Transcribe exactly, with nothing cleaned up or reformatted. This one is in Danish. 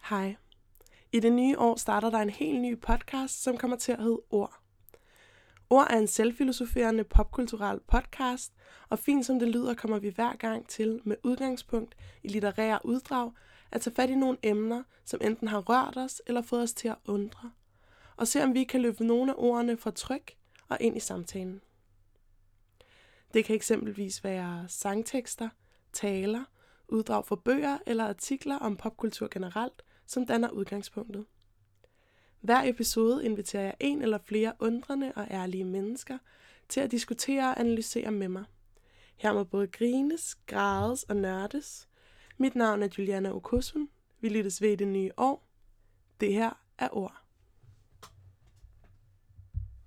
Hej. I det nye år starter der en helt ny podcast, som kommer til at hedde Ord. Ord er en selvfilosoferende popkulturel podcast, og fint som det lyder, kommer vi hver gang til med udgangspunkt i litterære uddrag at tage fat i nogle emner, som enten har rørt os eller fået os til at undre, og se om vi kan løfte nogle af ordene fra tryk og ind i samtalen. Det kan eksempelvis være sangtekster, taler, uddrag fra bøger eller artikler om popkultur generelt, som danner udgangspunktet. Hver episode inviterer jeg en eller flere undrende og ærlige mennesker til at diskutere og analysere med mig. Her må både grines, grædes og nørdes. Mit navn er Juliana Okosun. Vi lyttes ved i det nye år. Det her er Ord.